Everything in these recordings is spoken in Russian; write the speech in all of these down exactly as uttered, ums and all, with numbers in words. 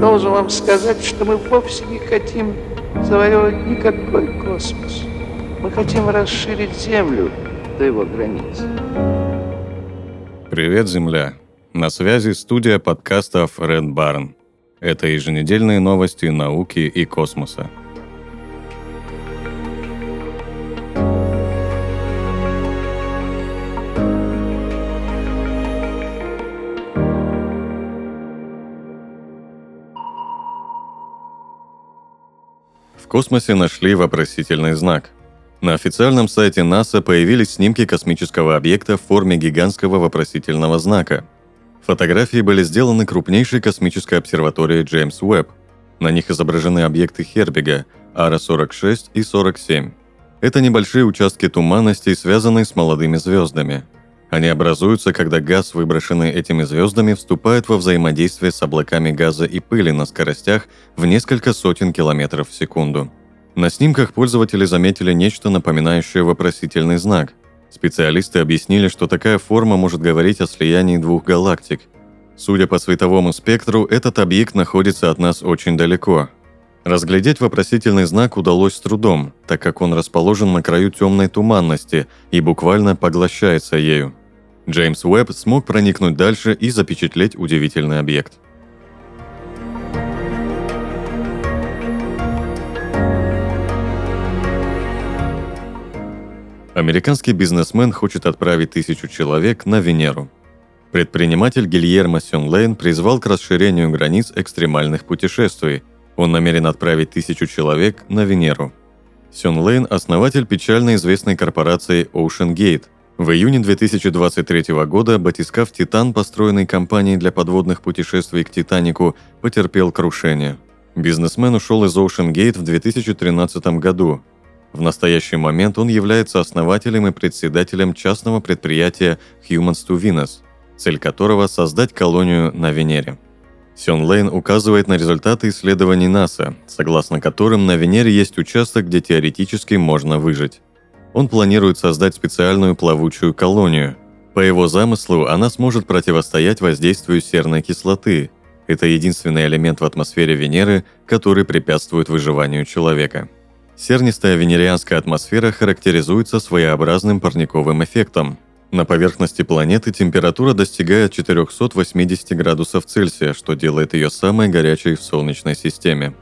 Должен вам сказать, что мы вовсе не хотим завоевывать никакой космос. Мы хотим расширить Землю до его границ. Привет, Земля! На связи студия подкастов Red Barn. Это еженедельные новости науки и космоса. В космосе нашли вопросительный знак. На официальном сайте НАСА появились снимки космического объекта в форме гигантского вопросительного знака. Фотографии были сделаны крупнейшей космической обсерваторией Джеймс Уэбб. На них изображены объекты Хербига, Ара сорок шесть и сорок семь. Это небольшие участки туманности, связанные с молодыми звездами. Они образуются, когда газ, выброшенный этими звездами, вступает во взаимодействие с облаками газа и пыли на скоростях в несколько сотен километров в секунду. На снимках пользователи заметили нечто напоминающее вопросительный знак. Специалисты объяснили, что такая форма может говорить о слиянии двух галактик. Судя по световому спектру, этот объект находится от нас очень далеко. Разглядеть вопросительный знак удалось с трудом, так как он расположен на краю темной туманности и буквально поглощается ею. Джеймс Уэбб смог проникнуть дальше и запечатлеть удивительный объект. Американский бизнесмен хочет отправить тысячу человек на Венеру. Предприниматель Гильермо Сен-Лейн призвал к расширению границ экстремальных путешествий. Он намерен отправить тысячу человек на Венеру. Сен-Лейн – основатель печально известной корпорации OceanGate. В июне две тысячи двадцать третьего года батискаф «Титан», построенный компанией для подводных путешествий к Титанику, потерпел крушение. Бизнесмен ушел из OceanGate в две тысячи тринадцатом году. В настоящий момент он является основателем и председателем частного предприятия Humans to Venus, цель которого – создать колонию на Венере. Сен-Лейн указывает на результаты исследований НАСА, согласно которым на Венере есть участок, где теоретически можно выжить. Он планирует создать специальную плавучую колонию. По его замыслу, она сможет противостоять воздействию серной кислоты. Это единственный элемент в атмосфере Венеры, который препятствует выживанию человека. Сернистая венерианская атмосфера характеризуется своеобразным парниковым эффектом. На поверхности планеты температура достигает четыреста восемьдесят градусов Цельсия, что делает ее самой горячей в Солнечной системе.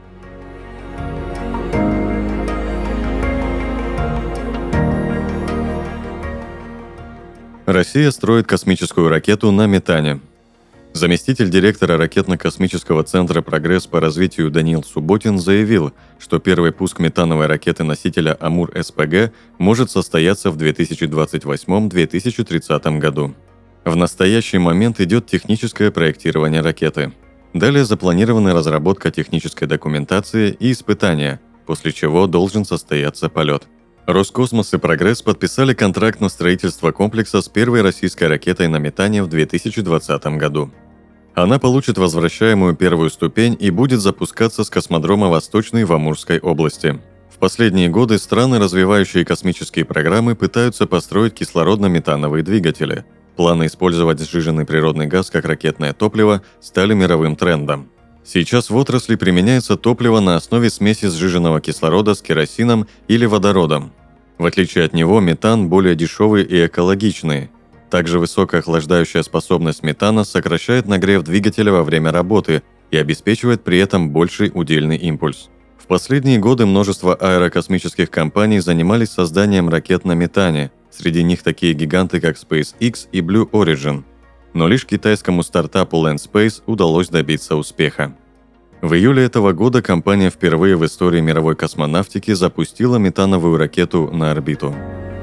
Россия строит космическую ракету на метане. Заместитель директора ракетно-космического центра «Прогресс» по развитию Даниил Субботин заявил, что первый пуск метановой ракеты-носителя Амур-СПГ может состояться в две тысячи двадцать восьмом — две тысячи тридцатом году. В настоящий момент идет техническое проектирование ракеты. Далее запланирована разработка технической документации и испытания, после чего должен состояться полет. Роскосмос и «Прогресс» подписали контракт на строительство комплекса с первой российской ракетой на метане в две тысячи двадцатом году. Она получит возвращаемую первую ступень и будет запускаться с космодрома Восточный в Амурской области. В последние годы страны, развивающие космические программы, пытаются построить кислородно-метановые двигатели. Планы использовать сжиженный природный газ как ракетное топливо стали мировым трендом. Сейчас в отрасли применяется топливо на основе смеси сжиженного кислорода с керосином или водородом. В отличие от него, метан более дешевый и экологичный. Также высокая охлаждающая способность метана сокращает нагрев двигателя во время работы и обеспечивает при этом больший удельный импульс. В последние годы множество аэрокосмических компаний занимались созданием ракет на метане. Среди них такие гиганты, как SpaceX и Blue Origin. Но лишь китайскому стартапу Landspace удалось добиться успеха. В июле этого года компания впервые в истории мировой космонавтики запустила метановую ракету на орбиту.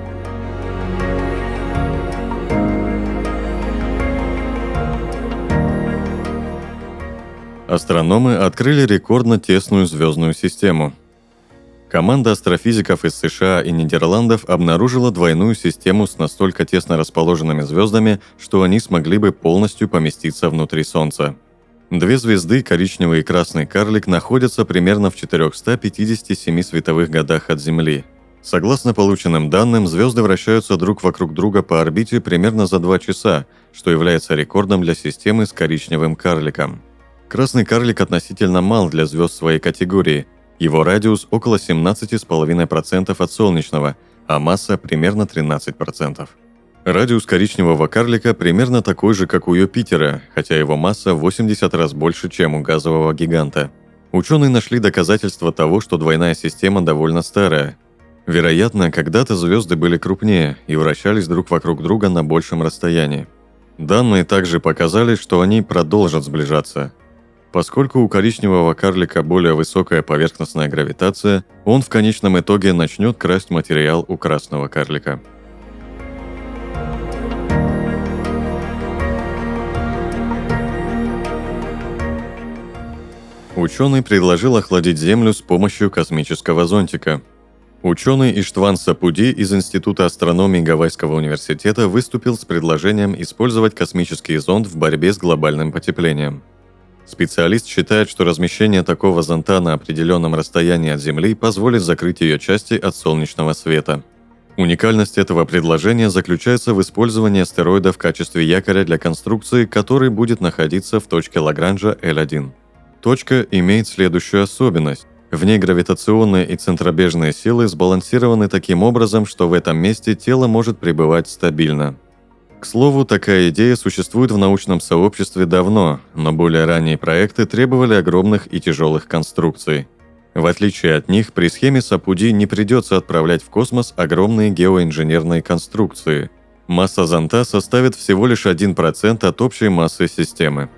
Астрономы открыли рекордно тесную звездную систему. Команда астрофизиков из США и Нидерландов обнаружила двойную систему с настолько тесно расположенными звездами, что они смогли бы полностью поместиться внутри Солнца. Две звезды, коричневый и красный карлик, находятся примерно в четырехстах пятидесяти семи световых годах от Земли. Согласно полученным данным, звезды вращаются друг вокруг друга по орбите примерно за два часа, что является рекордом для системы с коричневым карликом. Красный карлик относительно мал для звезд своей категории. Его радиус около семнадцать целых пять десятых процента от солнечного, а масса примерно тринадцать процентов. Радиус коричневого карлика примерно такой же, как у Юпитера, хотя его масса в восемьдесят раз больше, чем у газового гиганта. Ученые нашли доказательства того, что двойная система довольно старая. Вероятно, когда-то звезды были крупнее и вращались друг вокруг друга на большем расстоянии. Данные также показали, что они продолжат сближаться. Поскольку у коричневого карлика более высокая поверхностная гравитация, он в конечном итоге начнет красть материал у красного карлика. Ученый предложил охладить Землю с помощью космического зонтика. Ученый Иштван Сапуди из Института астрономии Гавайского университета выступил с предложением использовать космический зонд в борьбе с глобальным потеплением. Специалист считает, что размещение такого зонта на определенном расстоянии от Земли позволит закрыть ее части от солнечного света. Уникальность этого предложения заключается в использовании астероида в качестве якоря для конструкции, который будет находиться в точке Лагранжа Л один. Точка имеет следующую особенность. В ней гравитационные и центробежные силы сбалансированы таким образом, что в этом месте тело может пребывать стабильно. К слову, такая идея существует в научном сообществе давно, но более ранние проекты требовали огромных и тяжелых конструкций. В отличие от них, при схеме Сапуди не придется отправлять в космос огромные геоинженерные конструкции. Масса зонта составит всего лишь один процент от общей массы системы.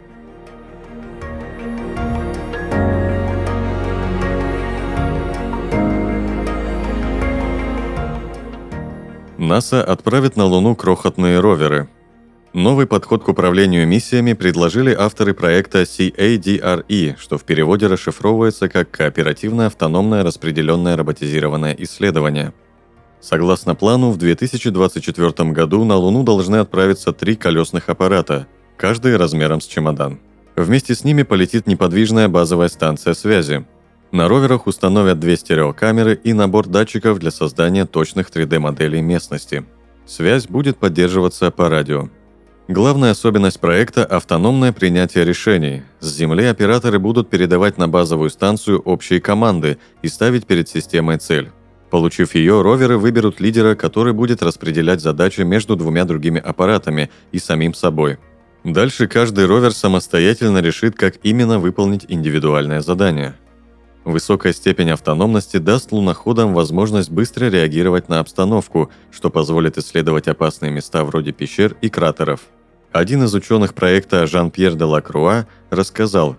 НАСА отправит на Луну крохотные роверы. Новый подход к управлению миссиями предложили авторы проекта си эй ди ар и, что в переводе расшифровывается как «Кооперативное автономное распределенное роботизированное исследование». Согласно плану, в две тысячи двадцать четвёртом году на Луну должны отправиться три колесных аппарата, каждый размером с чемодан. Вместе с ними полетит неподвижная базовая станция связи. На роверах установят две стереокамеры и набор датчиков для создания точных три дэ-моделей местности. Связь будет поддерживаться по радио. Главная особенность проекта – автономное принятие решений. С Земли операторы будут передавать на базовую станцию общие команды и ставить перед системой цель. Получив ее, роверы выберут лидера, который будет распределять задачи между двумя другими аппаратами и самим собой. Дальше каждый ровер самостоятельно решит, как именно выполнить индивидуальное задание. Высокая степень автономности даст луноходам возможность быстро реагировать на обстановку, что позволит исследовать опасные места вроде пещер и кратеров. Один из ученых проекта Жан-Пьер де Лакруа рассказал: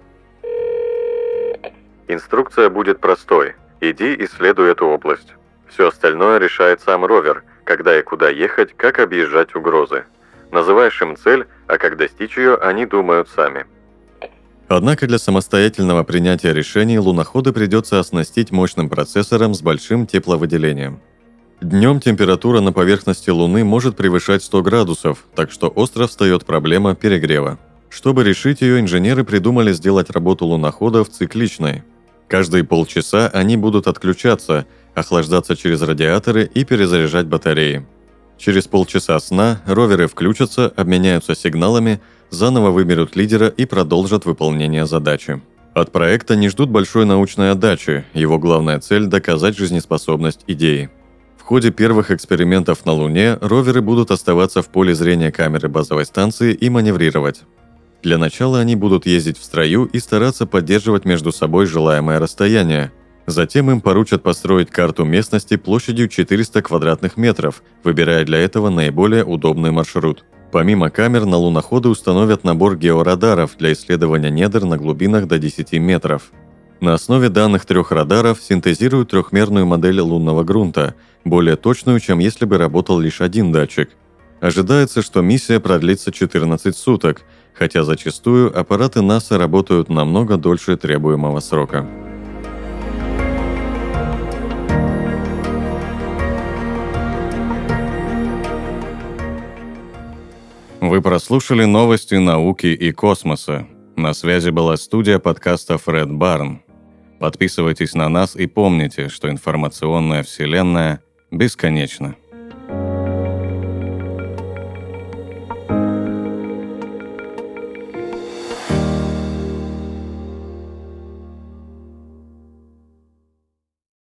«Инструкция будет простой. Иди исследуй эту область. Все остальное решает сам ровер, когда и куда ехать, как объезжать угрозы. Называешь им цель, а как достичь ее, они думают сами». Однако для самостоятельного принятия решений луноходы придется оснастить мощным процессором с большим тепловыделением. Днем температура на поверхности Луны может превышать сто градусов, так что остро встает проблема перегрева. Чтобы решить ее, инженеры придумали сделать работу луноходов цикличной. Каждые полчаса они будут отключаться, охлаждаться через радиаторы и перезаряжать батареи. Через полчаса сна роверы включатся, обменяются сигналами, заново выберут лидера и продолжат выполнение задачи. От проекта не ждут большой научной отдачи, его главная цель – доказать жизнеспособность идеи. В ходе первых экспериментов на Луне роверы будут оставаться в поле зрения камеры базовой станции и маневрировать. Для начала они будут ездить в строю и стараться поддерживать между собой желаемое расстояние. Затем им поручат построить карту местности площадью четыреста квадратных метров, выбирая для этого наиболее удобный маршрут. Помимо камер, на луноходы установят набор георадаров для исследования недр на глубинах до десяти метров. На основе данных трех радаров синтезируют трехмерную модель лунного грунта, более точную, чем если бы работал лишь один датчик. Ожидается, что миссия продлится четырнадцать суток, хотя зачастую аппараты НАСА работают намного дольше требуемого срока. Вы прослушали новости науки и космоса. На связи была студия подкастов Red Barn. Подписывайтесь на нас и помните, что информационная вселенная бесконечна.